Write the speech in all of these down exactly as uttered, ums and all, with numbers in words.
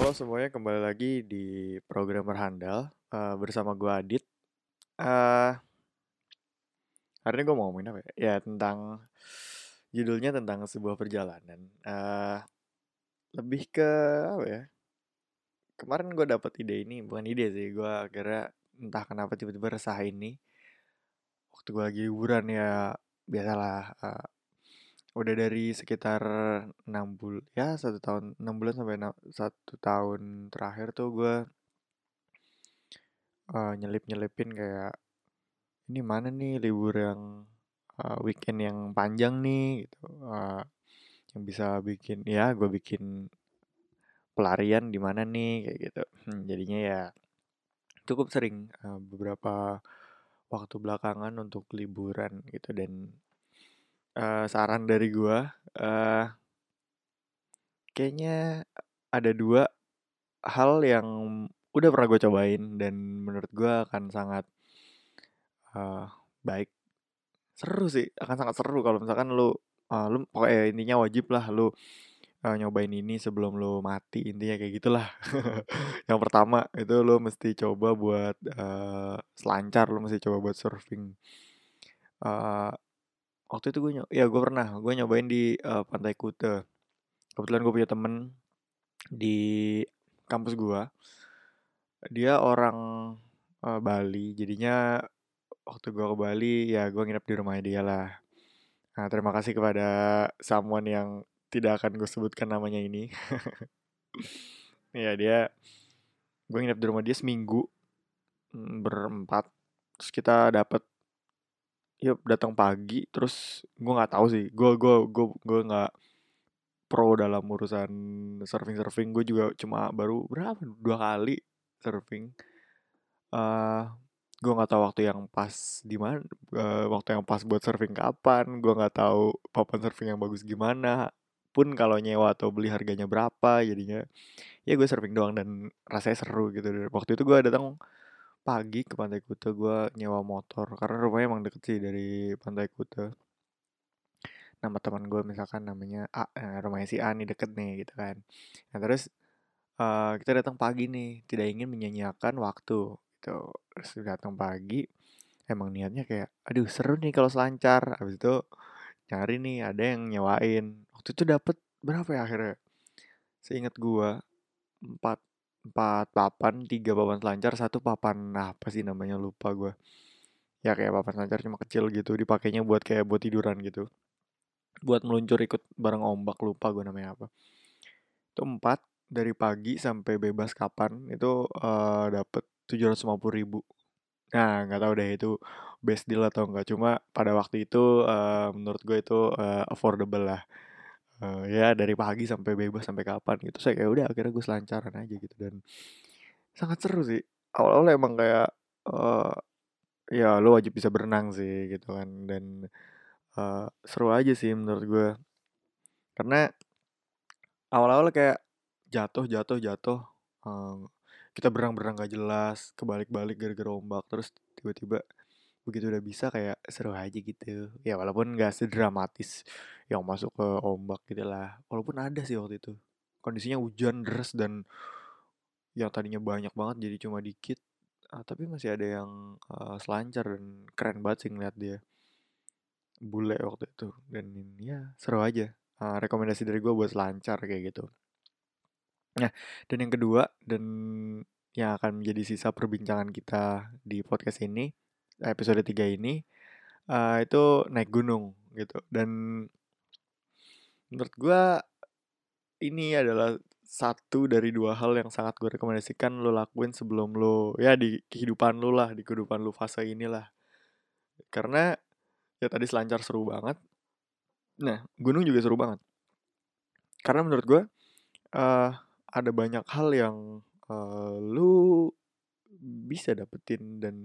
Halo semuanya, kembali lagi di program Berhandal eh, bersama gue Adit. Eh Hari ini gue mau ngomongin apa ya? Ya tentang judulnya tentang sebuah perjalanan. Eh Lebih ke apa ya? Kemarin gue dapet ide ini, bukan ide sih. Gue akhirnya entah kenapa tiba-tiba resah ini. Waktu gue lagi liburan ya, biasalah. eh, udah dari sekitar enam bulan, ya satu tahun, enam bulan sampai enam- satu tahun terakhir tuh gue eh, nyelip-nyelipin kayak ini mana nih libur yang uh, weekend yang panjang nih gitu. Uh, yang bisa bikin ya gue bikin pelarian di mana nih kayak gitu. Hmm, jadinya ya cukup sering uh, beberapa waktu belakangan untuk liburan gitu. Dan uh, saran dari gue uh, kayaknya ada dua hal yang udah pernah gue cobain dan menurut gue akan sangat uh, baik, seru sih, akan sangat seru kalau misalkan lu uh, lu pokoknya intinya wajib lah lu uh, nyobain ini sebelum lu mati, intinya kayak gitulah. Yang pertama itu lu mesti coba buat uh, selancar, lu mesti coba buat surfing. Uh, Waktu itu gue nyoba, ya gue pernah gue nyobain di uh, Pantai Kute. Kebetulan gue punya temen di kampus gue, dia orang uh, Bali, jadinya waktu gue ke Bali ya gue nginep di rumahnya dia lah. Nah, terima kasih kepada someone yang tidak akan gue sebutkan namanya ini. Ya dia, gue nginep di rumah dia seminggu, mm, berempat. Terus kita dapet, yuk datang pagi. Terus gue nggak tahu sih, gue gue gue gue nggak pro dalam urusan surfing surfing. Gue juga cuma baru berapa dua kali surfing. eh gue nggak tahu waktu yang pas di mana, eh, waktu yang pas buat surfing kapan. Gue nggak tahu papan surfing yang bagus gimana. Pun kalau nyewa atau beli harganya berapa, jadinya ya gue surfing doang dan rasanya seru gitu. Dan waktu itu gue datang pagi ke Pantai Kuta, gue nyewa motor karena rumahnya emang deket sih dari Pantai Kuta. Nama teman gue misalkan namanya A, eh, rumahnya si A nih deket nih gitu kan. Nah terus eh, kita datang pagi nih, tidak ingin menyanyiakan waktu gitu. Terus datang pagi, emang niatnya kayak, aduh seru nih kalau selancar. Habis itu nyari nih ada yang nyewain. Waktu itu dapet berapa ya akhirnya? Seingat gue empat empat papan, tiga papan selancar, satu papan apa sih namanya lupa gue. Ya kayak papan selancar cuma kecil gitu, dipakainya buat kayak buat tiduran gitu. Buat meluncur ikut bareng ombak, lupa gue namanya apa. Itu empat dari pagi sampai bebas kapan itu eh, dapet tujuh ratus lima puluh ribu. Nah nggak tahu deh itu best deal atau enggak. Cuma pada waktu itu eh, menurut gue itu eh, affordable lah. Eh, ya dari pagi sampai bebas sampai kapan gitu. Saya kayak udah akhirnya gue selancaran aja gitu dan sangat seru sih. Awal-awal emang kayak eh, ya lo wajib bisa berenang sih gitu kan. Dan eh, seru aja sih menurut gue. Karena awal-awal kayak jatuh jatuh jatuh, eh, kita berenang-berenang gak jelas, kebalik-balik gara-gara ombak. Terus tiba-tiba begitu udah bisa kayak seru aja gitu. Ya walaupun gak sedramatis yang masuk ke ombak gitu lah. Walaupun ada sih waktu itu kondisinya hujan deras dan yang tadinya banyak banget jadi cuma dikit. Ah, tapi masih ada yang eh, selancar dan keren banget sih ngeliat dia bule waktu itu. Dan ya seru aja. Ah, rekomendasi dari gue buat selancar kayak gitu. Nah, dan yang kedua dan yang akan menjadi sisa perbincangan kita di podcast ini, episode tiga ini, eh, itu naik gunung gitu. Dan menurut gua ini adalah satu dari dua hal yang sangat gue rekomendasikan lo lakuin sebelum lo, ya di kehidupan lo lah, di kehidupan lo fase inilah. Karena ya tadi selancar seru banget. Nah, gunung juga seru banget. Karena menurut gua eh ada banyak hal yang eh, lu bisa dapetin dan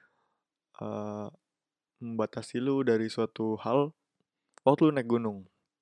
eh, membatasi lu dari suatu hal waktu lu naik gunung.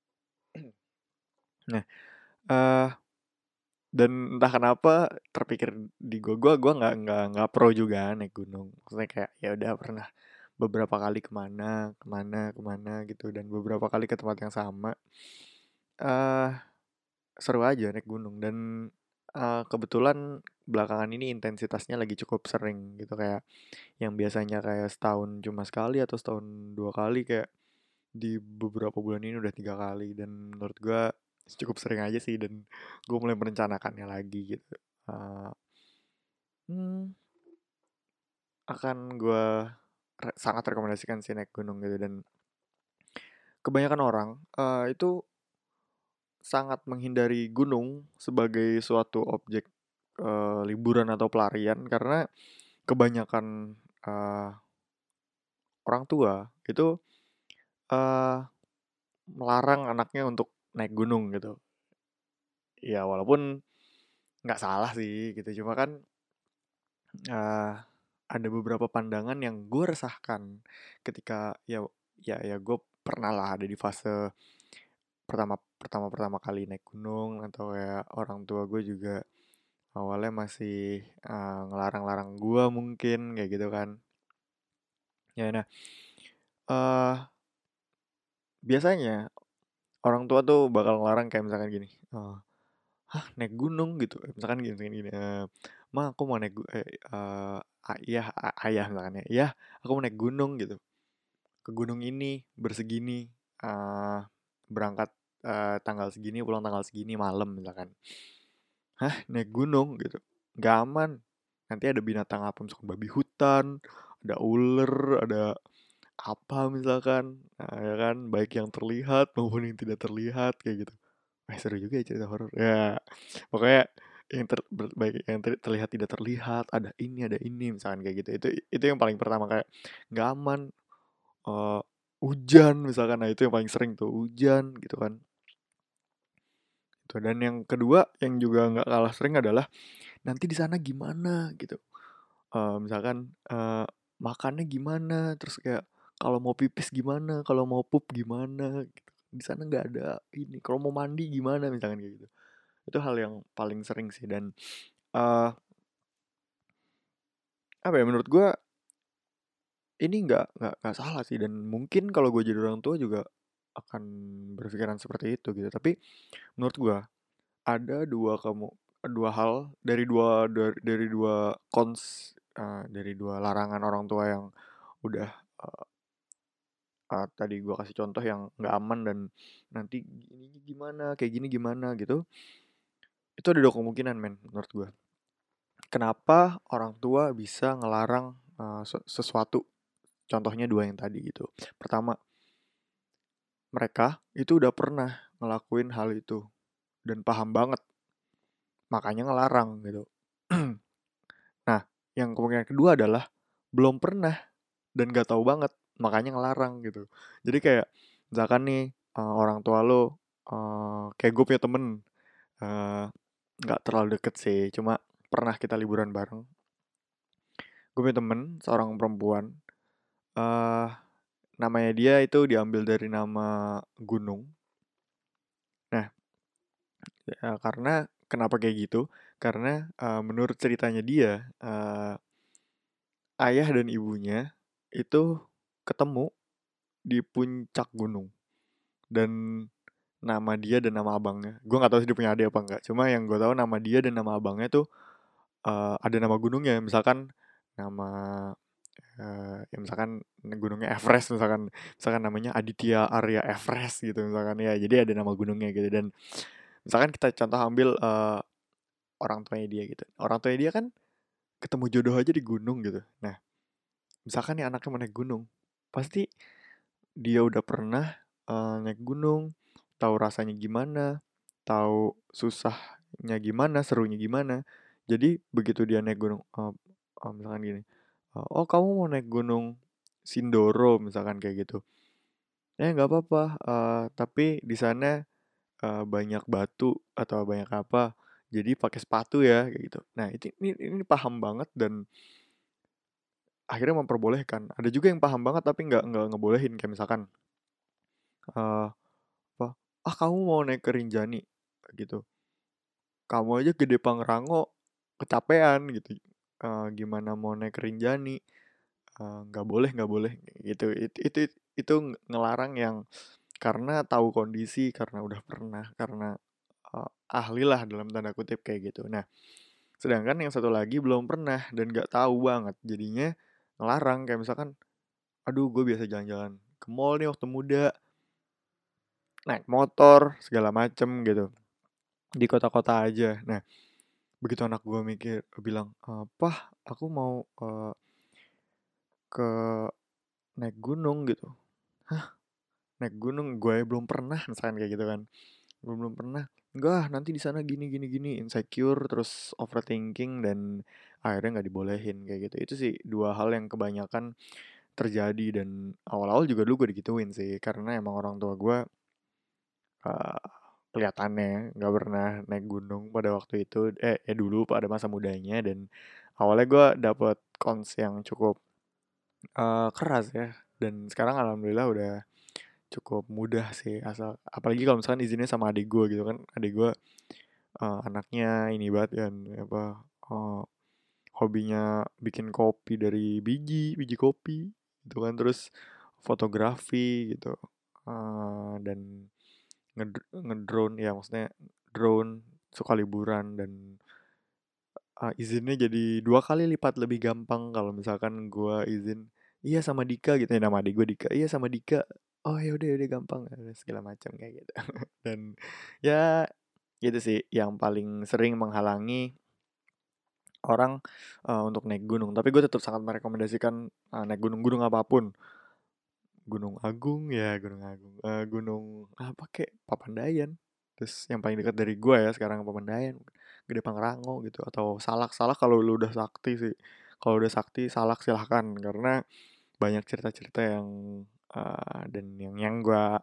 Nah, eh dan entah kenapa terpikir di gua gua gua nggak nggak nggak pro juga naik gunung. Maksudnya kayak ya udah pernah beberapa kali kemana kemana kemana gitu dan beberapa kali ke tempat yang sama. eh Seru aja naik gunung dan eee, kebetulan belakangan ini intensitasnya lagi cukup sering gitu, kayak yang biasanya kayak setahun cuma sekali atau setahun dua kali, kayak di beberapa bulan ini udah tiga kali, dan menurut gua cukup sering aja sih, dan gue mulai merencanakannya lagi gitu. Eee, mmm, akan gua re sangat rekomendasikan sih naik gunung gitu, dan kebanyakan orang, eee, itu sangat menghindari gunung sebagai suatu objek, eee, liburan atau pelarian karena kebanyakan, eee, orang tua itu, eee, melarang anaknya untuk naik gunung gitu. Ya walaupun nggak salah sih gitu, cuma kan, eee, ada beberapa pandangan yang gue resahkan ketika ya ya ya gue pernah lah ada di fase pertama pertama pertama kali naik gunung, atau kayak orang tua gue juga awalnya masih, eee, ngelarang-larang gue mungkin kayak gitu kan. Ya nah, eee, biasanya orang tua tuh bakal ngelarang kayak misalkan gini, eee, "Hah, naik gunung?" gitu, misalkan gini misalkan gini, eee, "Ma, aku mau naik gu" eee eee, ayah a ayah misalkan ya, "Yah, aku mau naik gunung," gitu, "ke gunung ini, bersegini, eee, berangkat, eee, tanggal segini, pulang tanggal segini malam," misalkan. "Hah, naik gunung?" gitu, "Nggak aman, nanti ada binatang apa, misalkan babi hutan, ada ular, ada apa misalkan, eee, ya kan, baik yang terlihat maupun yang tidak terlihat," kayak gitu. Eh, seru juga ya cerita horor. Ya, pokoknya yang ter ber baik yang ter terlihat tidak terlihat, ada ini ada ini, misalkan kayak gitu. Itu itu yang paling pertama, kayak nggak aman, eee, hujan misalkan, nah itu yang paling sering tuh, hujan gitu kan. Tuh, dan yang kedua yang juga nggak kalah sering adalah nanti di sana gimana gitu. Eee, misalkan, eee, makannya gimana, terus kayak kalau mau pipis gimana, kalau mau pup gimana gitu. Di sana nggak ada ini, kalau mau mandi gimana, misalkan kayak gitu. Itu hal yang paling sering sih, dan, eee, apa ya, menurut gua ini nggak nggak nggak salah sih, dan mungkin kalau gue jadi orang tua juga akan berpikiran seperti itu gitu. Tapi menurut gua ada dua kamu dua hal dari dua dari dari dua cons, eee, dari dua larangan orang tua yang udah, eee eee, tadi gua kasih contoh yang nggak aman dan nanti ininya gimana, kayak gini gimana gitu. Itu ada dua kemungkinan men menurut gua. Kenapa orang tua bisa ngelarang, eee, se sesuatu, contohnya dua yang tadi gitu. Pertama, mereka itu udah pernah ngelakuin hal itu dan paham banget, makanya ngelarang gitu. Nah, yang kemungkinan kedua adalah belum pernah dan gak tahu banget, makanya ngelarang gitu. Jadi kayak misalkan nih, eee, orang tua lo, eee, kayak gue punya temen, eee, nggak terlalu deket sih, cuma pernah kita liburan bareng. Gue punya temen seorang perempuan, eee, namanya dia itu diambil dari nama gunung. Nah, eee, karena kenapa kayak gitu, karena, eee, menurut ceritanya dia, eee, ayah dan ibunya itu ketemu di puncak gunung, dan nama dia dan nama abangnya, gue nggak tahu sih dia punya adik apa enggak, cuma yang gue tahu nama dia dan nama abangnya tuh, eee, ada nama gunungnya, misalkan nama, eee, ya misalkan gunungnya Everest misalkan, misalkan namanya Aditya Arya Everest gitu misalkan ya, jadi ada nama gunungnya gitu. Dan misalkan kita contoh ambil, eee, orang tuanya dia gitu, orang tuanya dia kan ketemu jodoh aja di gunung gitu. Nah, misalkan nih anaknya mau naik gunung, pasti dia udah pernah, eee, naik gunung, tahu rasanya gimana, tahu susahnya gimana, serunya gimana. Jadi begitu dia naik gunung, eee eee, misalkan gini, eee, "Oh, kamu mau naik gunung Sindoro," misalkan kayak gitu. "Eh, nggak apa-apa, eee, tapi di sana, eee, banyak batu atau banyak apa, jadi pakai sepatu ya," kayak gitu. Nah, itu ini ini paham banget dan akhirnya memperbolehkan. Ada juga yang paham banget tapi nggak nggak ngebolehin, kayak misalkan, eee, apa, "Ah, kamu mau naik ke Rinjani," gitu. "Kamu aja Gede Pangrango kecapean," gitu, eee, "gimana mau naik ke Rinjani?" Eee, "Nggak boleh nggak boleh," gitu. It itu itu ngelarang yang karena tahu kondisi, karena udah pernah, karena, eee, ahli lah dalam tanda kutip kayak gitu. Nah, sedangkan yang satu lagi belum pernah dan nggak tahu banget, jadinya ngelarang kayak misalkan, "Aduh gue biasa jalan-jalan ke mall nih waktu muda, naik motor segala macem gitu, di kota-kota aja." Nah, begitu anak gue mikir bilang, eee, "Pah, aku mau, eee, ke naik gunung," gitu. "Hah, naik gunung? Gue belum pernah," misalkan kayak gitu kan. "Gue belum pernah." "Enggak ah, nanti di sana gini gini gini." Insecure, terus overthinking, dan akhirnya nggak dibolehin kayak gitu. Itu sih dua hal yang kebanyakan terjadi, dan awal-awal juga dulu gue digituin sih, karena emang orang tua gue eee, kelihatannya nggak pernah naik gunung pada waktu itu, eh, eh dulu pada masa mudanya, dan awalnya gue dapet cons yang cukup eee, keras ya, dan sekarang alhamdulillah udah cukup mudah sih, asal apalagi kalau misalkan izinnya sama adik gue gitu kan. Adik gue eee, anaknya ini banget kan, apa, eee, hobinya bikin kopi dari biji, biji kopi gitu kan, terus fotografi gitu, eee, dan ngedr ngedrone ya, maksudnya drone, suka liburan, dan eee, izinnya jadi dua kali lipat lebih gampang kalau misalkan gua izin, "Iya sama Dika," gitu ya, nama adik gua Dika, "Iya sama Dika." "Oh ya udah ya udah gampang," eee, segala macam kayak gitu. Dan ya itu sih yang paling sering menghalangi orang, eee, untuk naik gunung. Tapi gue tetap sangat merekomendasikan, eee, naik gunung, gunung apapun. Gunung Agung ya, Gunung Agung, eee, gunung apa kek, Papandayan. Terus yang paling dekat dari gua ya sekarang Papandayan, Gede Pangrango gitu, atau Salak. Salak kalau lu udah sakti sih. Kalau udah sakti Salak silahkan, karena banyak cerita-cerita yang eee, dan yang yang gua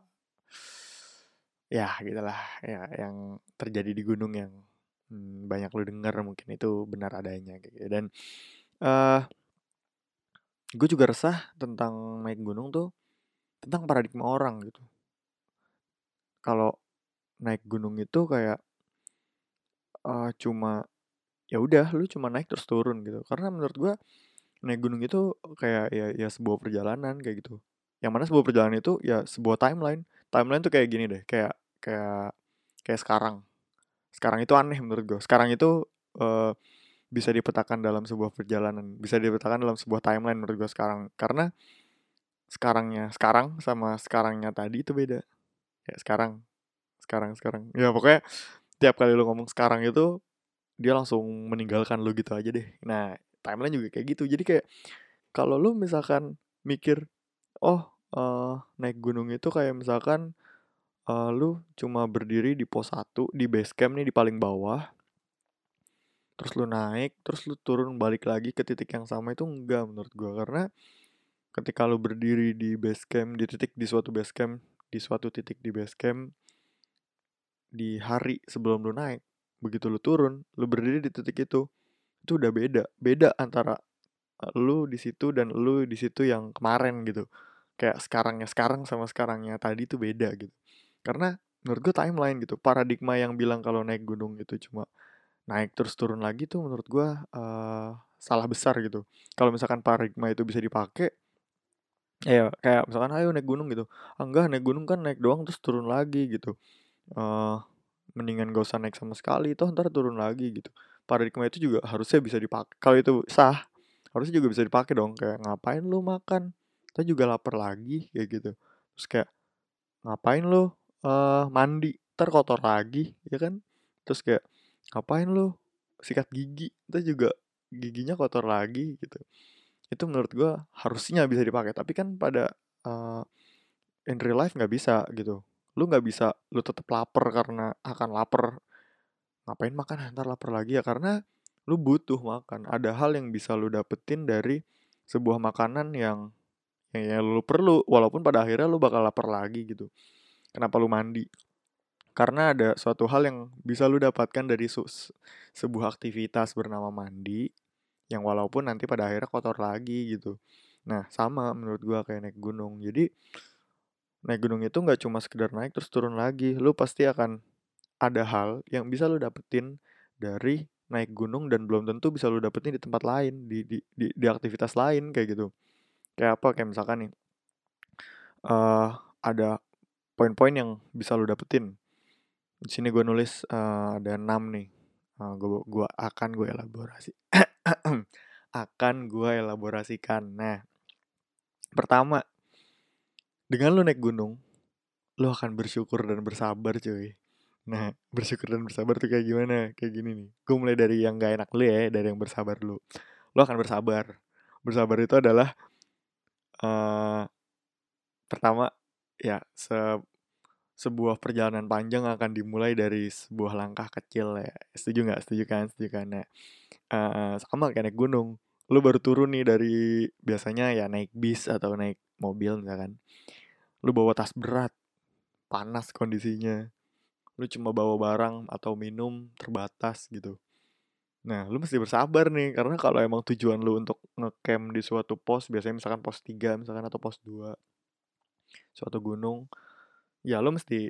ya gitulah, ya yang terjadi di gunung yang, mmm, banyak lu denger mungkin itu benar adanya kayak gitu. Dan, eee, gue juga resah tentang naik gunung tuh, tentang paradigma orang gitu. Kalau naik gunung itu kayak, eee, cuma ya udah lu cuma naik terus turun gitu. Karena menurut gua naik gunung itu kayak ya ya sebuah perjalanan kayak gitu. Yang mana sebuah perjalanan itu ya sebuah timeline. Timeline tuh kayak gini deh, kayak kayak kayak sekarang. Sekarang itu aneh menurut gua. Sekarang itu, eee, bisa dipetakan dalam sebuah perjalanan, bisa dipetakan dalam sebuah timeline menurut gua sekarang. Karena sekarangnya sekarang sama sekarangnya tadi itu beda. Kayak sekarang, sekarang sekarang. Ya pokoknya tiap kali lu ngomong sekarang itu dia langsung meninggalkan lu gitu aja deh. Nah, timeline juga kayak gitu. Jadi kayak kalau lu misalkan mikir, oh, eee, naik gunung itu kayak misalkan, eee, lu cuma berdiri di pos satu di base camp nih di paling bawah, terus lu naik, terus lu turun balik lagi ke titik yang sama, itu enggak menurut gua. Karena ketika lu berdiri di base camp, di titik di suatu base camp, di suatu titik di base camp, di hari sebelum lu naik, begitu lu turun, lu berdiri di titik itu, itu udah beda. Beda antara Eee, lu di situ dan lu di situ yang kemarin gitu. Kayak sekarangnya sekarang sama sekarangnya tadi tuh beda gitu. Karena menurut gue timeline gitu, paradigma yang bilang kalau naik gunung itu cuma naik terus turun lagi tuh menurut gue eee, salah besar gitu. Kalau misalkan paradigma itu bisa dipakai, ya kayak misalkan, "Ayo naik gunung," gitu. "Ah, enggak, naik gunung kan naik doang terus turun lagi," gitu. Eee, "Mendingan gak usah naik sama sekali, toh entar turun lagi," gitu. Paradigma itu juga harusnya bisa dipakai. Kalau itu sah, harusnya juga bisa dipakai dong, kayak, "Ngapain lu makan? Entar juga lapar lagi," kayak gitu. Terus kayak, "Ngapain lu, eee, mandi? Entar kotor lagi," ya kan? Terus kayak, "Ngapain lu sikat gigi? Entar juga giginya kotor lagi," gitu. Itu menurut gua harusnya bisa dipakai, tapi kan pada, eee, in real life nggak bisa gitu. Lu nggak bisa lu tetep lapar karena akan lapar, "Ngapain makan? Ah, entar lapar lagi ya," karena lu butuh makan. Ada hal yang bisa lu dapetin dari sebuah makanan yang yang ya lu perlu, walaupun pada akhirnya lu bakal lapar lagi gitu. Kenapa lu mandi? Karena ada suatu hal yang bisa lu dapatkan dari sus sebuah aktivitas bernama mandi, yang walaupun nanti pada akhirnya kotor lagi gitu. Nah, sama menurut gua kayak naik gunung. Jadi, naik gunung itu nggak cuma sekedar naik terus turun lagi. Lu pasti akan ada hal yang bisa lu dapetin dari naik gunung dan belum tentu bisa lu dapetin di tempat lain, di di di di aktivitas lain kayak gitu. Kayak apa, kayak misalkan nih, eee, ada poin-poin yang bisa lu dapetin Di sini gue nulis eh, ada enam nih. Eh, gua, gua akan gue elaborasi. Akan gue elaborasikan. Nah, pertama, dengan lu naik gunung, lu akan bersyukur dan bersabar, cuy. Nah, bersyukur dan bersabar tuh kayak gimana? Kayak gini nih. Gue mulai dari yang gak enak dulu ya, dari yang bersabar dulu. Lu akan bersabar. Bersabar itu adalah eh pertama, ya se sebuah perjalanan panjang akan dimulai dari sebuah langkah kecil ya. Setuju nggak? Setuju kan? Setuju kan? Nah, eh, sama kayak naik gunung. Lu baru turun nih dari biasanya ya naik bis atau naik mobil misalkan. Lu bawa tas berat, panas kondisinya. Lu cuma bawa barang atau minum terbatas gitu. Nah, lu mesti bersabar nih karena kalau emang tujuan lu untuk ngecamp di suatu pos, biasanya misalkan pos tiga misalkan atau pos dua suatu gunung, ya lu mesti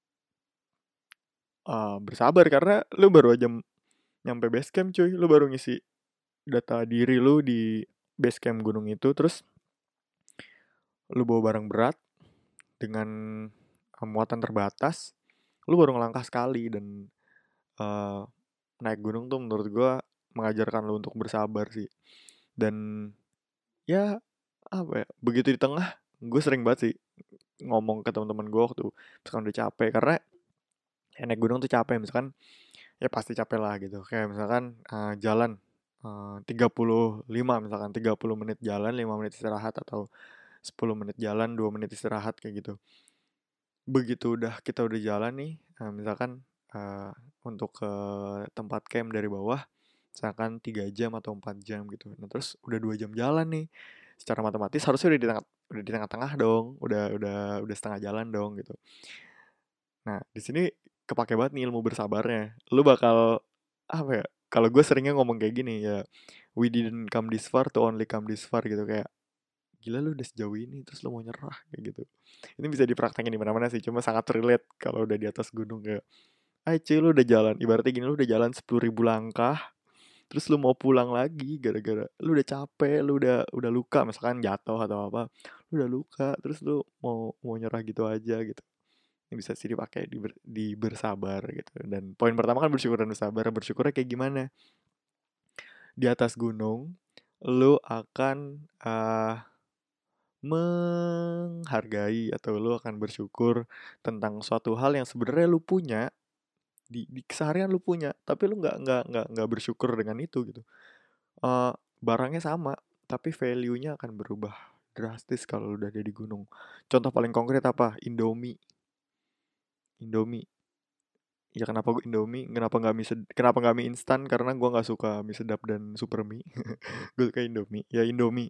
uh, bersabar karena lu baru aja nyampe base camp cuy, lu baru ngisi data diri lu di base camp gunung itu, terus lu bawa barang berat dengan uh, muatan terbatas, lu baru ngelangkah sekali dan uh, naik gunung tuh menurut gua mengajarkan lu untuk bersabar sih. Dan ya apa ya, begitu di tengah gue sering banget sih ngomong ke teman-teman gue waktu misalkan udah capek karena ya naik gunung tuh capek misalkan ya pasti capek lah gitu kayak misalkan uh, jalan uh, tiga puluh lima misalkan tiga puluh menit jalan lima menit istirahat atau sepuluh menit jalan dua menit istirahat kayak gitu. Begitu udah kita udah jalan nih uh, misalkan uh, untuk ke tempat camp dari bawah misalkan tiga jam atau empat jam gitu. Nah, terus udah dua jam jalan nih. Secara matematis harusnya udah di tengah udah di tengah-tengah dong, udah udah udah setengah jalan dong gitu. Nah, di sini kepake banget nih ilmu bersabarnya. Lu bakal apa ya? Kalau gue seringnya ngomong kayak gini ya, we didn't come this far to only come this far gitu kayak gila lu udah sejauh ini terus lu mau nyerah kayak gitu. Ini bisa dipraktekin di mana-mana sih, cuma sangat relate kalau udah di atas gunung kayak, "Ay cuy lu udah jalan, ibaratnya gini lu udah jalan sepuluh ribu langkah, terus lu mau pulang lagi gara-gara lu udah capek, lu udah udah luka misalkan jatuh atau apa, lu udah luka, terus lu mau mau nyerah gitu aja gitu." Ini bisa sih dipakai di, ber, di bersabar gitu. Dan poin pertama kan bersyukur dan bersabar. Bersyukurnya kayak gimana? Di atas gunung, lu akan uh, menghargai atau lu akan bersyukur tentang suatu hal yang sebenarnya lu punya di, di keseharian lu punya, tapi lu nggak nggak nggak nggak bersyukur dengan itu gitu. Uh, barangnya sama, tapi value-nya akan berubah drastis kalau lu udah ada di gunung. Contoh paling konkret apa? Indomie. Indomie. Ya kenapa gue Indomie, kenapa nggak mie sed- kenapa nggak mie instan? Karena gue nggak suka mie sedap dan super mie. Gue suka Indomie. Ya Indomie.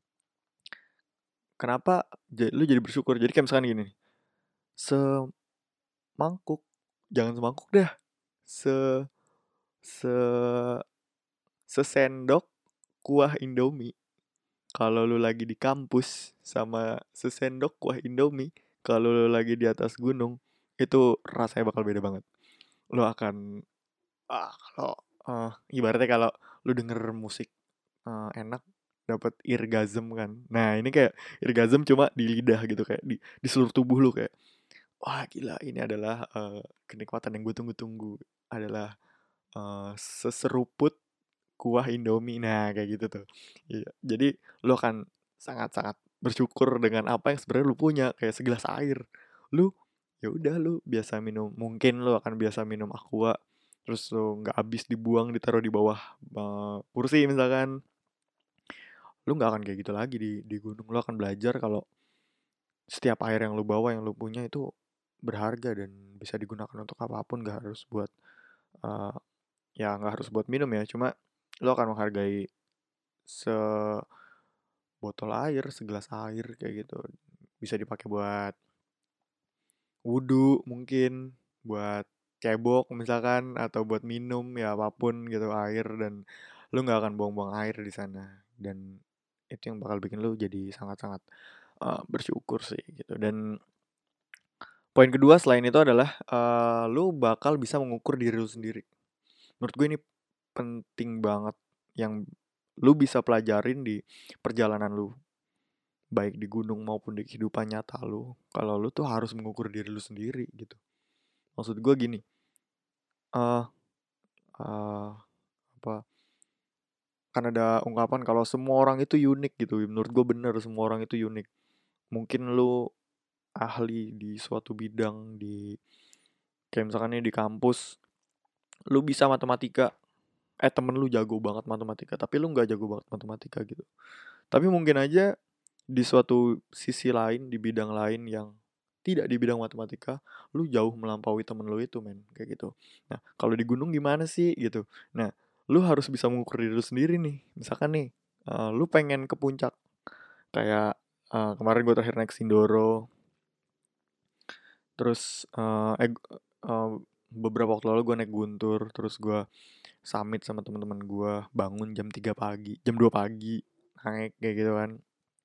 Kenapa ja- lu jadi bersyukur? Jadi kayak misalkan gini, semangkuk, jangan semangkuk dah, se se sesendok kuah Indomie. Kalau lu lagi di kampus sama sesendok kuah Indomie, kalau lu lagi di atas gunung, itu rasanya bakal beda banget. Lu akan ah kalau eh, ibaratnya kalau lu denger musik eh, enak dapat orgasm kan. Nah, ini kayak orgasm cuma di lidah gitu kayak di di seluruh tubuh lu kayak wah gila ini adalah eh, kenikmatan yang gue tunggu-tunggu adalah eh, seseruput kuah Indomie. Nah, kayak gitu tuh. Iya. Jadi lu akan sangat-sangat bersyukur dengan apa yang sebenarnya lu punya kayak segelas air. Lu ya udah lu biasa minum mungkin lu akan biasa minum aqua terus lu nggak habis dibuang ditaruh di bawah eh, kursi misalkan lu nggak akan kayak gitu lagi di di gunung. Lu akan belajar kalau setiap air yang lu bawa yang lu punya itu berharga dan bisa digunakan untuk apapun, nggak harus buat eh, ya nggak harus buat minum ya, cuma lu akan menghargai sebotol air, segelas air kayak gitu. Bisa dipakai buat wudhu mungkin, buat cebok misalkan atau buat minum ya apapun gitu air dan lu nggak akan buang-buang air di sana dan itu yang bakal bikin lu jadi sangat-sangat uh, bersyukur sih gitu. Dan poin kedua selain itu adalah uh, lu bakal bisa mengukur diri lu sendiri. Menurut gue ini penting banget yang lu bisa pelajarin di perjalanan lu baik di gunung maupun di kehidupan nyata lu. Kalau lu tuh harus mengukur diri lu sendiri gitu. Maksud gue gini, eh eh, apa kan ada ungkapan kalau semua orang itu unik gitu. Menurut gue bener, semua orang itu unik. Mungkin lu ahli di suatu bidang, di kayak misalkan nih di kampus, lu bisa matematika, eh temen lu jago banget matematika, tapi lu nggak jago banget matematika gitu. Tapi mungkin aja di suatu sisi lain, di bidang lain yang tidak di bidang matematika, lu jauh melampaui temen lu itu, men, kayak gitu. Nah, kalau di gunung gimana sih gitu. Nah, lu harus bisa mengukur diri lu sendiri nih. Misalkan nih, eh, lu pengen ke puncak, kayak eh, kemarin gue terakhir naik Sindoro, terus eh, eh, eh, beberapa waktu lalu gue naik Guntur, terus gue summit sama teman-teman gue, bangun jam tiga pagi, jam dua pagi, naik kayak gitu kan.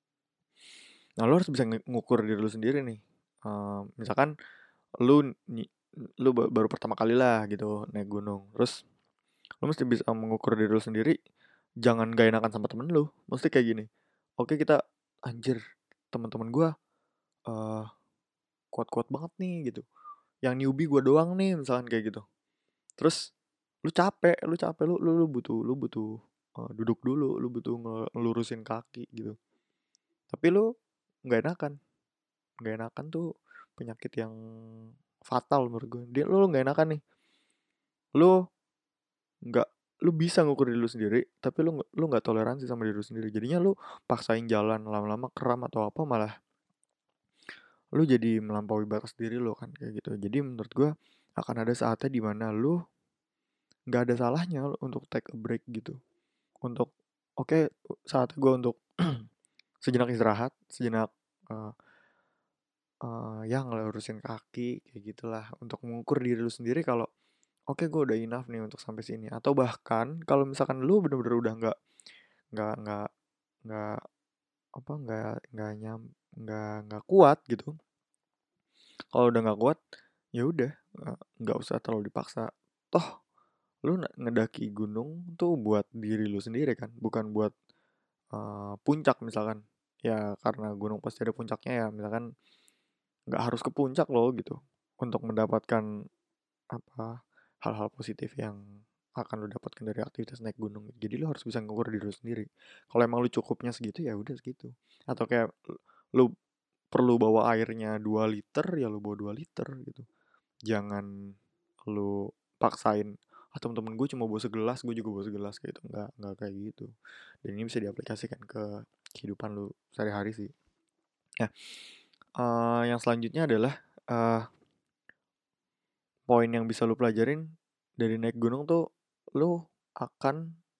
Nah, lu harus bisa nge- ngukur diri lu sendiri nih. Eh, misalkan lu ny- lu ba- baru pertama kali lah gitu naik gunung. Terus lu mesti bisa mengukur diri lu sendiri. Jangan gak enakan sama temen lu. Mesti kayak gini. Oke, kita anjir, teman-teman gua eh kuat-kuat banget nih gitu. Yang newbie gua doang nih misalkan kayak gitu. Terus lu capek, lu capek lu lu, lu butuh lu butuh eh, duduk dulu, lu butuh nge- ngelurusin kaki gitu. Tapi lu nggak enakan. Nggak enakan tuh penyakit yang fatal menurut gue. Dia lu nggak enakan nih. Lu nggak lu bisa ngukur diri lu sendiri, tapi lu nggak lu nggak toleransi sama diri lu sendiri. Jadinya lu paksain jalan lama-lama kram atau apa, malah lu jadi melampaui batas diri lu kan kayak gitu. Jadi menurut gua akan ada saatnya di mana lu nggak ada salahnya lu untuk take a break gitu. Untuk oke, saatnya gua untuk sejenak istirahat, sejenak eh eh, ya ngelurusin kaki kayak gitulah, untuk mengukur diri lu sendiri kalau oke gue udah enough nih untuk sampai sini. Atau bahkan kalau misalkan lu bener-bener udah nggak nggak nggak nggak apa nggak nggak nyam nggak nggak kuat gitu, kalau udah nggak kuat ya udah, eh, nggak usah terlalu dipaksa. Toh lu na- ngedaki gunung tuh buat diri lu sendiri kan, bukan buat eh, puncak misalkan. Ya karena gunung pasti ada puncaknya, ya misalkan nggak harus ke puncak loh gitu untuk mendapatkan apa hal-hal positif yang akan lu dapatkan dari aktivitas naik gunung. Jadi lu harus bisa ngukur diri lu sendiri. Kalau emang lu cukupnya segitu ya udah segitu. Atau kayak lu perlu bawa airnya dua liter ya lu bawa dua liter gitu. Jangan lu paksain, ah temen-temen gue cuma bawa segelas, gue juga bawa segelas gitu. Nggak, nggak kayak gitu. Dan ini bisa diaplikasikan ke kehidupan lu sehari-hari sih. Nah, eh, yang selanjutnya adalah eh, poin yang bisa lu pelajarin dari naik gunung tuh, lu akan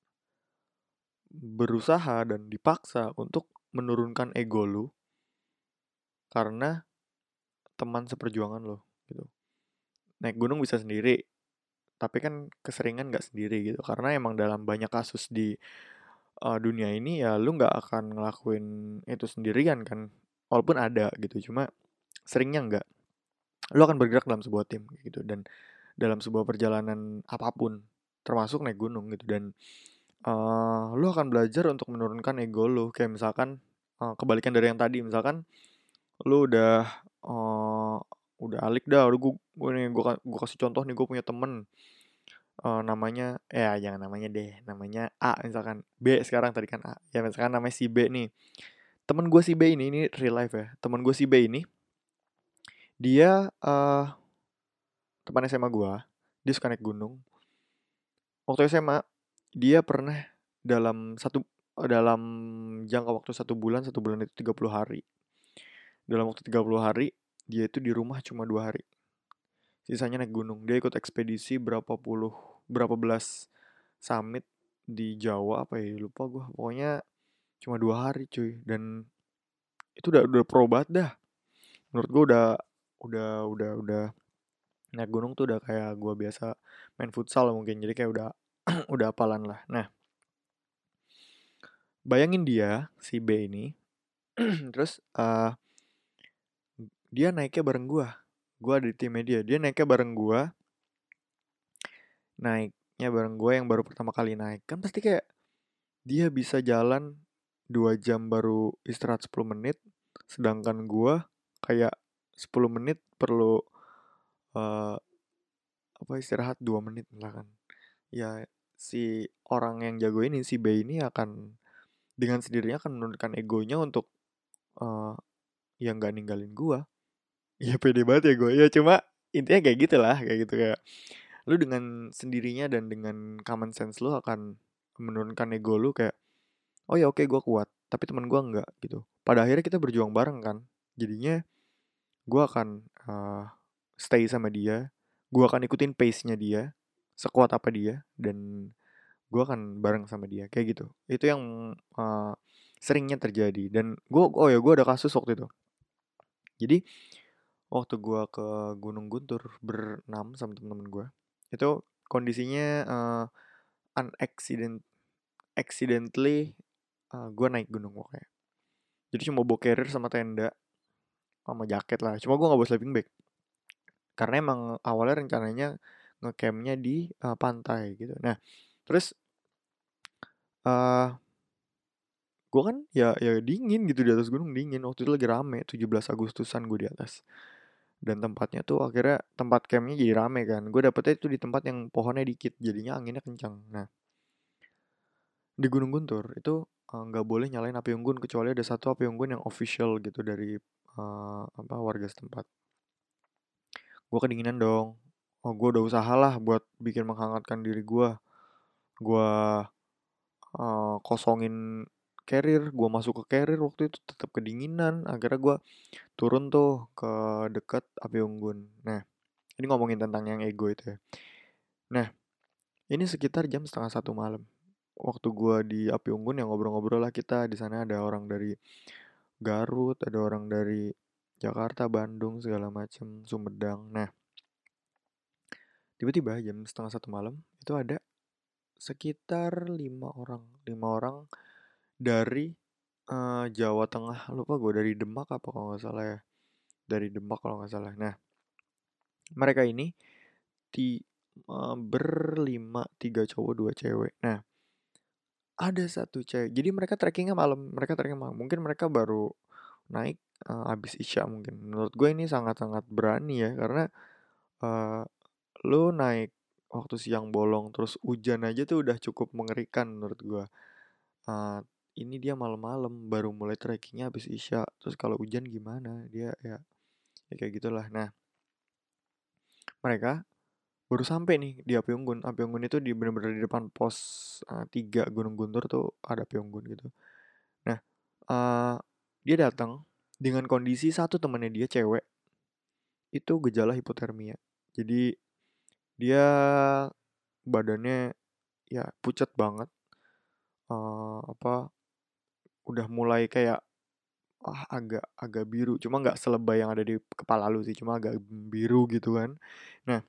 berusaha dan dipaksa untuk menurunkan ego lu karena teman seperjuangan lo gitu. Naik gunung bisa sendiri, tapi kan keseringan nggak sendiri gitu. Karena emang dalam banyak kasus di uh, dunia ini ya lu nggak akan ngelakuin itu sendirian kan. Walaupun ada gitu, cuma seringnya nggak. Lu akan bergerak dalam sebuah tim gitu, dan dalam sebuah perjalanan apapun, termasuk naik gunung gitu. Dan uh, lu akan belajar untuk menurunkan ego lu. Kayak misalkan uh, kebalikan dari yang tadi, misalkan lu udah eh udah alik dah, udah gue gue nih gue gue kasih contoh nih, gue punya temen eh, namanya, ya jangan namanya deh, namanya A misalkan, B sekarang, tadi kan A ya, misalkan namanya si B nih. Temen gue si B ini ini real life ya, temen gue si B ini dia eh teman S M A gue, dia suka naik gunung. Waktu S M A dia pernah dalam satu dalam jangka waktu satu bulan, satu bulan itu tiga puluh hari, dalam waktu tiga puluh hari dia itu di rumah cuma dua hari. Sisanya naik gunung. Dia ikut ekspedisi berapa puluh, berapa belas summit di Jawa apa ya, lupa gue. Pokoknya cuma dua hari cuy. Dan itu udah udah pro banget dah. Menurut gue udah udah udah udah naik gunung tuh udah kayak gue biasa main futsal mungkin. Jadi kayak udah udah apalan lah. Nah, bayangin dia si B ini, terus eh dia naiknya bareng gue. Gue ada di timnya dia. Dia naiknya bareng gue. Naiknya bareng gue yang baru pertama kali naik. Kan pasti kayak dia bisa jalan dua jam baru istirahat sepuluh menit, sedangkan gua kayak sepuluh menit perlu eh, apa, istirahat dua menit misalkan. Ya si orang yang jago ini, si B ini akan dengan sendirinya akan menurunkan egonya untuk, eee, ya nggak ninggalin gua. Ya pede banget ya gue, ya cuma intinya kayak gitulah, kayak gitu, kayak lu dengan sendirinya dan dengan common sense lu akan menurunkan ego lu kayak, "Oh ya oke gua kuat, tapi teman gua enggak," gitu. Pada akhirnya kita berjuang bareng kan. Jadinya gua akan, eee, stay sama dia, gua akan ikutin pace-nya dia, sekuat apa dia, dan gua akan bareng sama dia, kayak gitu. Itu yang, eee, seringnya terjadi dan gua oh ya gua ada kasus waktu itu. Jadi waktu gua ke Gunung Guntur berenam sama temen-temen gua, itu kondisinya, eee, unaccident accidentally, eee, gua naik gunung pokoknya. Jadi cuma bawa carrier sama tenda, sama jaket lah, cuma gua nggak bawa sleeping bag. Karena emang awalnya rencananya nge-camp-nya di, eee, pantai gitu. Nah, terus, eee, gua kan ya ya dingin gitu di atas gunung, dingin. Waktu itu lagi rame, tujuh belas Agustusan gua di atas. Dan tempatnya tuh akhirnya tempat campnya jadi rame kan. Gue dapetnya itu di tempat yang pohonnya dikit, jadinya anginnya kencang. Nah, di Gunung Guntur itu eh, nggak boleh nyalain api unggun kecuali ada satu api unggun yang official gitu dari eh, apa warga setempat. Gue kedinginan dong. Oh, gue udah usaha lah buat bikin menghangatkan diri gue. Gue eh, kosongin carrier, gue masuk ke carrier waktu itu tetap kedinginan. Akhirnya gue turun tuh ke dekat api unggun. Nah, ini ngomongin tentang yang ego itu ya. Nah, ini sekitar jam setengah satu malam. Waktu gua di Api Unggun yang ngobrol-ngobrol lah kita. Di sana ada orang dari Garut, ada orang dari Jakarta, Bandung, segala macem, Sumedang. Nah, tiba-tiba jam setengah satu malam itu ada sekitar lima orang, lima orang dari eh, Jawa Tengah. Lupa gue dari Demak apa kalau nggak salah ya. Dari Demak kalau nggak salah. Nah, mereka ini di eh, berlima, tiga cowok, dua cewek. Nah, ada satu cewek. Jadi mereka trekkingnya malam. Mereka trekking malam. Mungkin mereka baru naik eh, abis Isya mungkin. Menurut gue ini sangat-sangat berani ya. Karena eh, lu naik waktu siang bolong terus hujan aja tuh udah cukup mengerikan menurut gue. Eh, ini dia malam-malam baru mulai trekkingnya abis Isya. Terus kalau hujan gimana? Dia ya, ya kayak gitulah. Nah, mereka baru sampai nih di Api Unggun. Api Unggun itu di bener-bener di depan pos eh, tiga Gunung Guntur tuh ada Api Unggun gitu. Nah, Eee, dia datang dengan kondisi satu temannya dia cewek, itu gejala hipotermia. Jadi dia badannya ya pucat banget, eee, apa, udah mulai kayak, ah, agak agak biru, cuma nggak selebay yang ada di kepala lu sih, cuma agak biru gitu kan. Nah,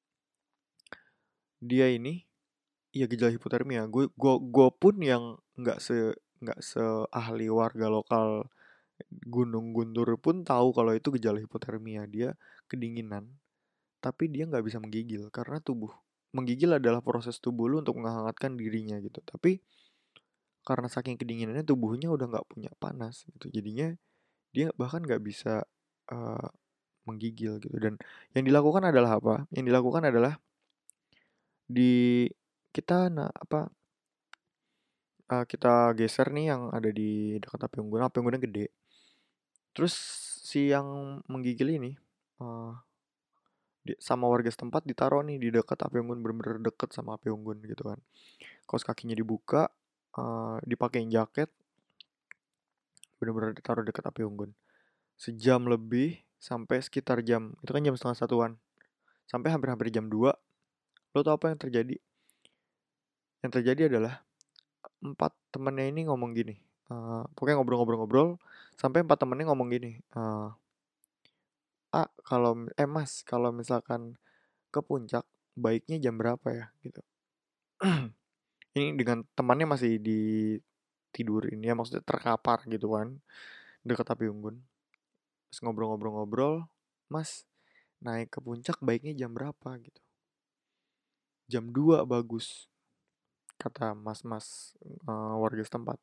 dia ini ya gejala hipotermia, gue gue gue pun yang nggak se nggak seahli warga lokal Gunung Guntur pun tahu kalau itu gejala hipotermia. Dia kedinginan, tapi dia nggak bisa menggigil karena tubuh menggigil adalah proses tubuh lu untuk menghangatkan dirinya gitu. Tapi karena saking kedinginannya tubuhnya udah nggak punya panas gitu. Jadinya dia bahkan nggak bisa eh, menggigil gitu. Dan yang dilakukan adalah apa? Yang dilakukan adalah di kita nah apa eh, kita geser nih yang ada di dekat api unggun. Api unggunnya gede. Terus si yang menggigil ini eh, di- sama warga setempat ditaruh nih di dekat api unggun, bener-bener deket sama api unggun gitu kan. Kaos kakinya dibuka, eh, dipakein jaket, bener-bener ditaruh dekat api unggun. Sejam lebih sampai sekitar jam, itu kan jam setengah satuan. Sampai hampir-hampir jam dua, lo tau apa yang terjadi? Yang terjadi adalah empat temennya ini ngomong gini. eh, pokoknya ngobrol-ngobrol-ngobrol, sampai empat temennya ngomong gini. eh, ah, kalau eh Mas, kalau misalkan ke puncak, baiknya jam berapa ya? Gitu. Ini dengan temannya masih di tidurin ya, maksudnya terkapar gitu kan, dekat api unggun. Terus ngobrol-ngobrol-ngobrol, Mas, naik ke puncak baiknya jam berapa gitu. Jam dua bagus, kata mas-mas eh, warga setempat.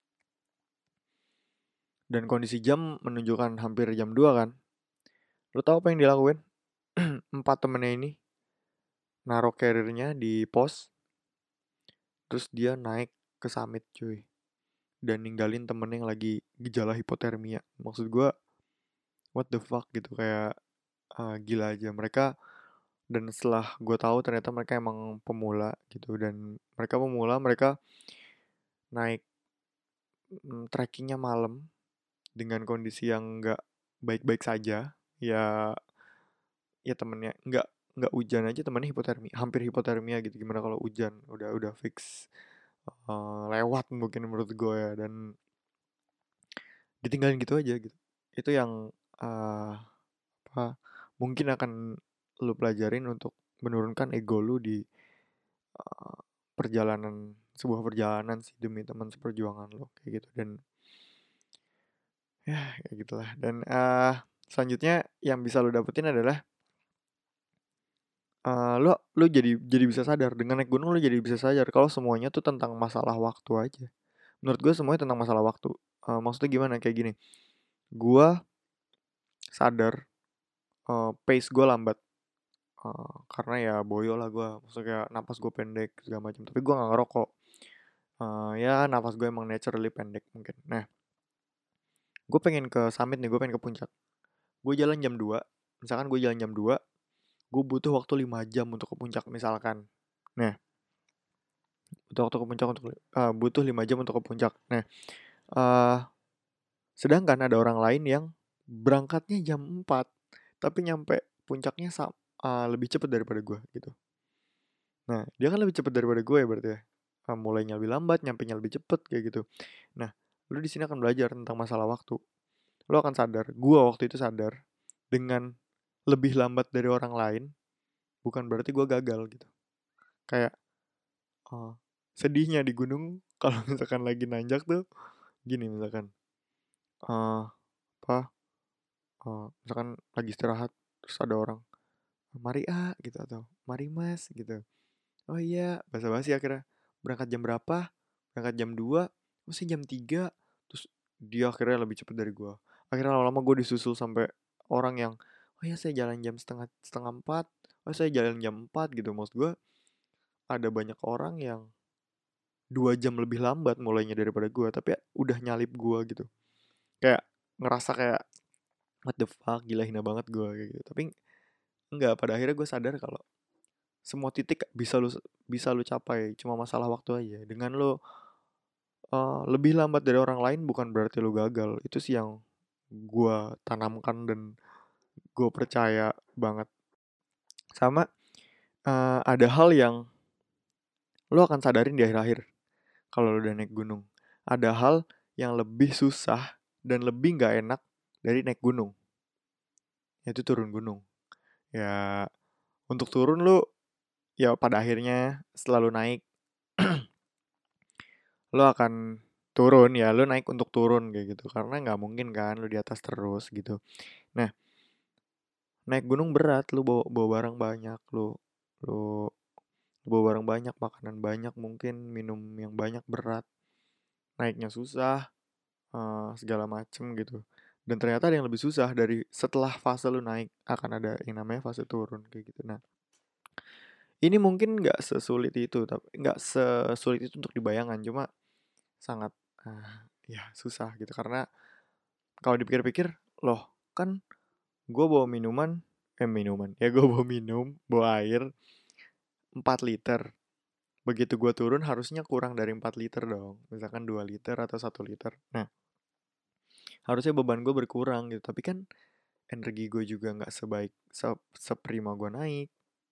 Dan kondisi jam menunjukkan hampir jam dua kan. Lo tau apa yang dilakuin? Empat temennya ini naruh carrier-nya di pos, terus dia naik ke summit cuy, dan ninggalin temen yang lagi gejala hipotermia. Maksud gua, what the fuck gitu, kayak ah, gila aja mereka. Dan setelah gue tahu ternyata mereka emang pemula gitu, dan mereka pemula, mereka naik mm, trekkingnya malam dengan kondisi yang nggak baik-baik saja. Ya, ya temennya nggak nggak hujan aja temennya hipotermia, hampir hipotermia gitu. Gimana kalau hujan, udah udah fix eh, lewat mungkin menurut gue ya. Dan ditinggalin gitu aja gitu. Itu yang eh, apa mungkin akan lu pelajarin untuk menurunkan ego lu di eh, perjalanan, sebuah perjalanan sih, demi teman seperjuangan lo kayak gitu. Dan ya kayak gitulah. Dan eh selanjutnya yang bisa lo dapetin adalah eh lo lo jadi jadi bisa sadar dengan naik gunung. Lo jadi bisa sadar kalau semuanya tuh tentang masalah waktu aja. Menurut gue semuanya tentang masalah waktu. Eh, maksudnya gimana, kayak gini, gue sadar eh, pace gue lambat. Eh, karena ya boyo lah gue, maksudnya kayak napas gue pendek segala macam, tapi gue nggak ngerokok. Eh, ya napas gue emang naturally pendek mungkin. Nah, gue pengen ke summit nih, gue pengen ke puncak. Gue jalan jam dua, misalkan gue jalan jam dua, gue butuh waktu lima jam untuk ke puncak misalkan. Nah, butuh waktu ke puncak untuk eh, butuh lima jam untuk ke puncak. Nah, eh sedangkan ada orang lain yang berangkatnya jam empat, tapi nyampe puncaknya sa- eh, lebih cepat daripada gue gitu. Nah, dia kan lebih cepat daripada gue ya berarti ya. Eh, mulainya lebih lambat, nyampenya lebih cepet kayak gitu. Nah, lu di sini akan belajar tentang masalah waktu. Lu akan sadar, gue waktu itu sadar, dengan lebih lambat dari orang lain bukan berarti gue gagal gitu. Kayak oh, sedihnya di gunung kalau misalkan lagi nanjak tuh gini, misalkan eh apa eh, misalkan lagi istirahat, terus ada orang, mari ah gitu, atau mari mas gitu. Oh iya, basa-basi akhirnya. Berangkat jam berapa? Berangkat jam dua, oh sih jam tiga. Terus dia akhirnya lebih cepet dari gua. Akhirnya lama-lama gue disusul sampai orang yang, oh ya saya jalan jam setengah setengah empat, oh saya jalan jam empat gitu. Maksud gua ada banyak orang yang dua jam lebih lambat mulainya daripada gua, tapi udah nyalip gua gitu. Kayak ngerasa kayak what the fuck, gila hina banget gua kayak gitu. Tapi enggak, pada akhirnya gue sadar kalau semua titik bisa lu bisa lu capai, cuma masalah waktu aja. Dengan lu eh, lebih lambat dari orang lain bukan berarti lu gagal. Itu sih yang gua tanamkan dan gue percaya banget. Sama eh, ada hal yang lu akan sadarin di akhir-akhir kalau lu udah naik gunung. Ada hal yang lebih susah dan lebih nggak enak dari naik gunung, yaitu turun gunung. Ya, untuk turun lu, ya pada akhirnya setelah lu naik, lu akan turun, ya lu naik untuk turun kayak gitu, karena nggak mungkin kan lu di atas terus gitu. Nah, naik gunung berat, lu bawa, bawa barang banyak, lu lu bawa barang banyak, makanan banyak, mungkin minum yang banyak, berat, naiknya susah, eh, segala macem gitu. Dan ternyata ada yang lebih susah dari setelah fase lu naik, akan ada yang namanya fase turun kayak gitu. Nah, ini mungkin nggak sesulit itu, tapi nggak sesulit itu untuk dibayangkan, cuma sangat ah, ya susah gitu. Karena kalau dipikir-pikir, loh kan gue bawa minuman, eh minuman, ya gue bawa minum, bawa air empat liter. Begitu gue turun harusnya kurang dari empat liter dong. Misalkan dua liter atau satu liter. Nah, harusnya beban gue berkurang gitu. Tapi kan energi gue juga nggak sebaik, se seprima gue naik.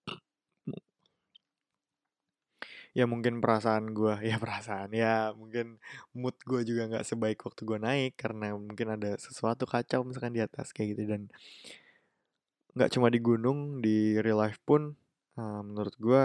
Ya mungkin perasaan gue, ya perasaan, ya mungkin mood gue juga nggak sebaik waktu gue naik. Karena mungkin ada sesuatu kacau misalkan di atas kayak gitu. Dan nggak cuma di gunung, di real life pun eh, menurut gue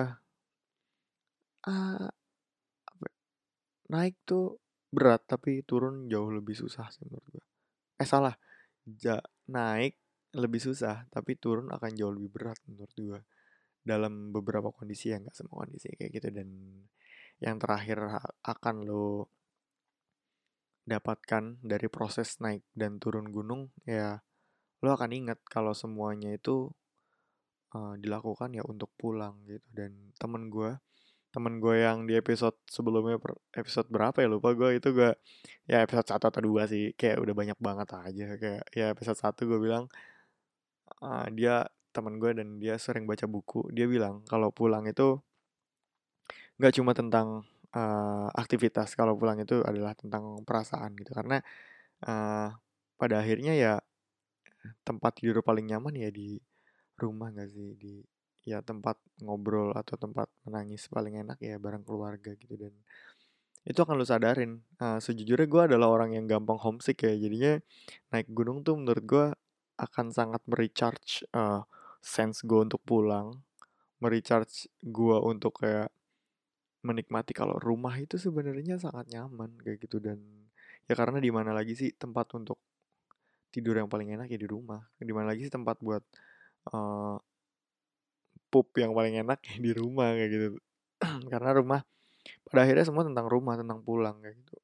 ah, apa ya, naik tuh berat tapi turun jauh lebih susah sih menurut gue. Eh salah, ja, naik lebih susah tapi turun akan jauh lebih berat menurut gue. Dalam beberapa kondisi, ya nggak semua kondisi kayak gitu. Dan yang terakhir ha- akan lo dapatkan dari proses naik dan turun gunung, ya lo akan ingat kalau semuanya itu eee, dilakukan ya untuk pulang gitu. Dan temen gue temen gue yang di episode sebelumnya, per episode berapa ya lupa gue, itu gue ya episode satu atau dua sih, kayak udah banyak banget aja. Kayak ya episode satu gue bilang, eee, dia temen gue dan dia sering baca buku. Dia bilang kalau pulang itu nggak cuma tentang, eee, aktivitas, kalau pulang itu adalah tentang perasaan gitu. Karena, eee, pada akhirnya ya tempat tidur paling nyaman ya di rumah nggak sih? Di ya tempat ngobrol atau tempat menangis paling enak ya bareng keluarga gitu. Dan itu akan lu sadarin, eee, sejujurnya gue adalah orang yang gampang homesick ya, jadinya naik gunung tuh menurut gue akan sangat me-recharge, eee, sense gue untuk pulang, me-recharge gue untuk kayak menikmati kalau rumah itu sebenarnya sangat nyaman kayak gitu. Dan ya karena di mana lagi sih tempat untuk tidur yang paling enak ya di rumah, di mana lagi sih tempat buat, eee, pup yang paling enak ya di rumah kayak gitu. Karena rumah pada akhirnya semua tentang rumah, tentang pulang kayak gitu.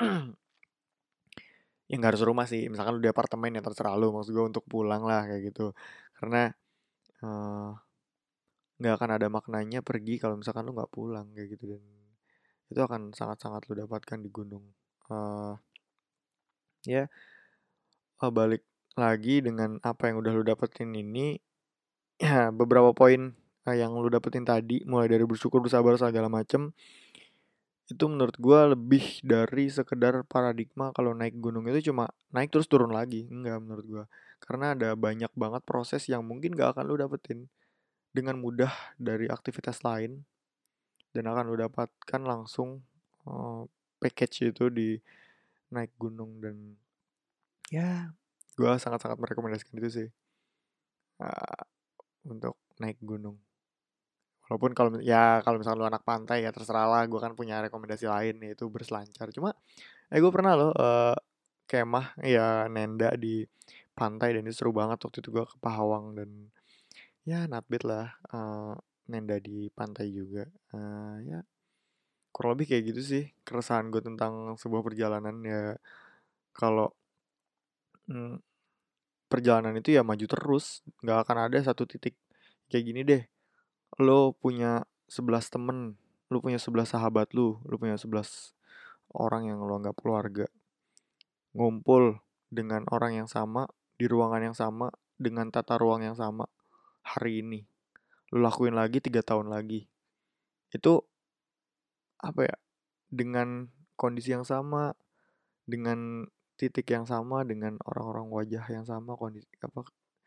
Ya nggak harus rumah sih, misalkan lu di apartemen ya terserah lu, maksud gue untuk pulang lah kayak gitu. Karena, eee, nggak akan ada maknanya pergi kalau misalkan lu nggak pulang kayak gitu. Dan itu akan sangat-sangat lu dapatkan di gunung. Eee, ya, eee, balik lagi dengan apa yang udah lu dapetin ini, ya beberapa poin, eee, yang lu dapetin tadi, mulai dari bersyukur, bersabar, segala macem, itu menurut gua lebih dari sekedar paradigma kalau naik gunung itu cuma naik terus turun lagi, enggak menurut gua. Karena ada banyak banget proses yang mungkin gak akan lu dapetin dengan mudah dari aktivitas lain, dan akan lu dapatkan langsung, eee, package itu di naik gunung. Dan ya gua sangat-sangat merekomendasikan itu sih, eee, untuk naik gunung. Walaupun kalau ya kalau misalnya lu anak pantai ya terserah lah, gua kan punya rekomendasi lain yaitu berselancar. Cuma eh gue pernah loh, eee, kemah ya nenda di pantai dan itu seru banget. Waktu itu gue ke Pahawang dan ya not bad lah, eee, nenda di pantai juga. Eee, ya kurang lebih kayak gitu sih keresahan gue tentang sebuah perjalanan ya. Kalau, mmm, perjalanan itu ya maju terus, nggak akan ada satu titik kayak gini deh, lo punya sebelas temen, lu punya sebelas sahabat lu, lu punya sebelas orang yang lu anggap keluarga, ngumpul dengan orang yang sama, di ruangan yang sama, dengan tata ruang yang sama, hari ini. Lu lakuin lagi tiga tahun lagi. Itu, apa ya, dengan kondisi yang sama, dengan titik yang sama, dengan orang-orang wajah yang sama, kondisi apa,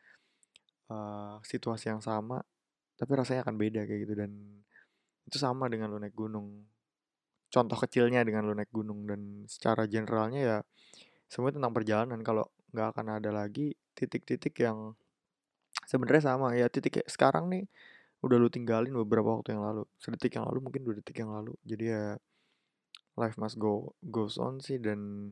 eee, situasi yang sama, tapi rasanya akan beda kayak gitu. Dan itu sama dengan lu naik gunung. Contoh kecilnya dengan lu naik gunung, dan secara generalnya ya semuanya tentang perjalanan. Kalau nggak akan ada lagi titik-titik yang sebenarnya sama ya, titik kayak sekarang nih udah lu tinggalin beberapa waktu yang lalu, sedetik yang lalu, mungkin dua detik yang lalu. Jadi ya life must go goes on sih. Dan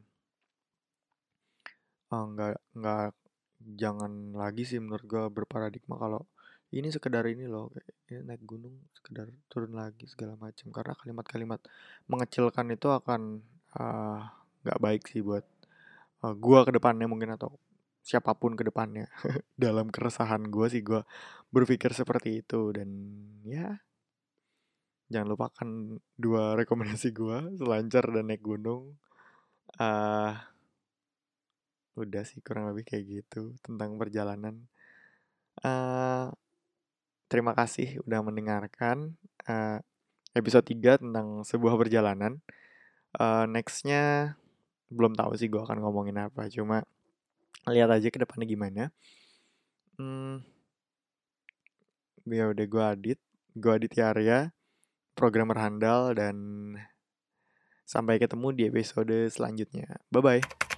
eh, nggak nggak jangan lagi sih menurut gua berparadigma kalau ini sekedar ini loh, kayak ini naik gunung sekedar turun lagi segala macam. Karena kalimat-kalimat mengecilkan itu akan eh, nggak baik sih buat eh, gua ke depannya mungkin, atau siapapun ke depannya. Dalam keresahan gua sih gua berpikir seperti itu. Dan ya jangan lupakan dua rekomendasi gua, selancar dan naik gunung. Ah, udah sih kurang lebih kayak gitu tentang perjalanan. Ah, terima kasih udah mendengarkan eh, episode tiga tentang sebuah perjalanan. Eh, nextnya belum tahu sih gua akan ngomongin apa, cuma lihat aja ke depannya gimana. Hmm, ya udah, gua Adit, gua Adit Arya, programmer handal, dan sampai ketemu di episode selanjutnya. Bye bye.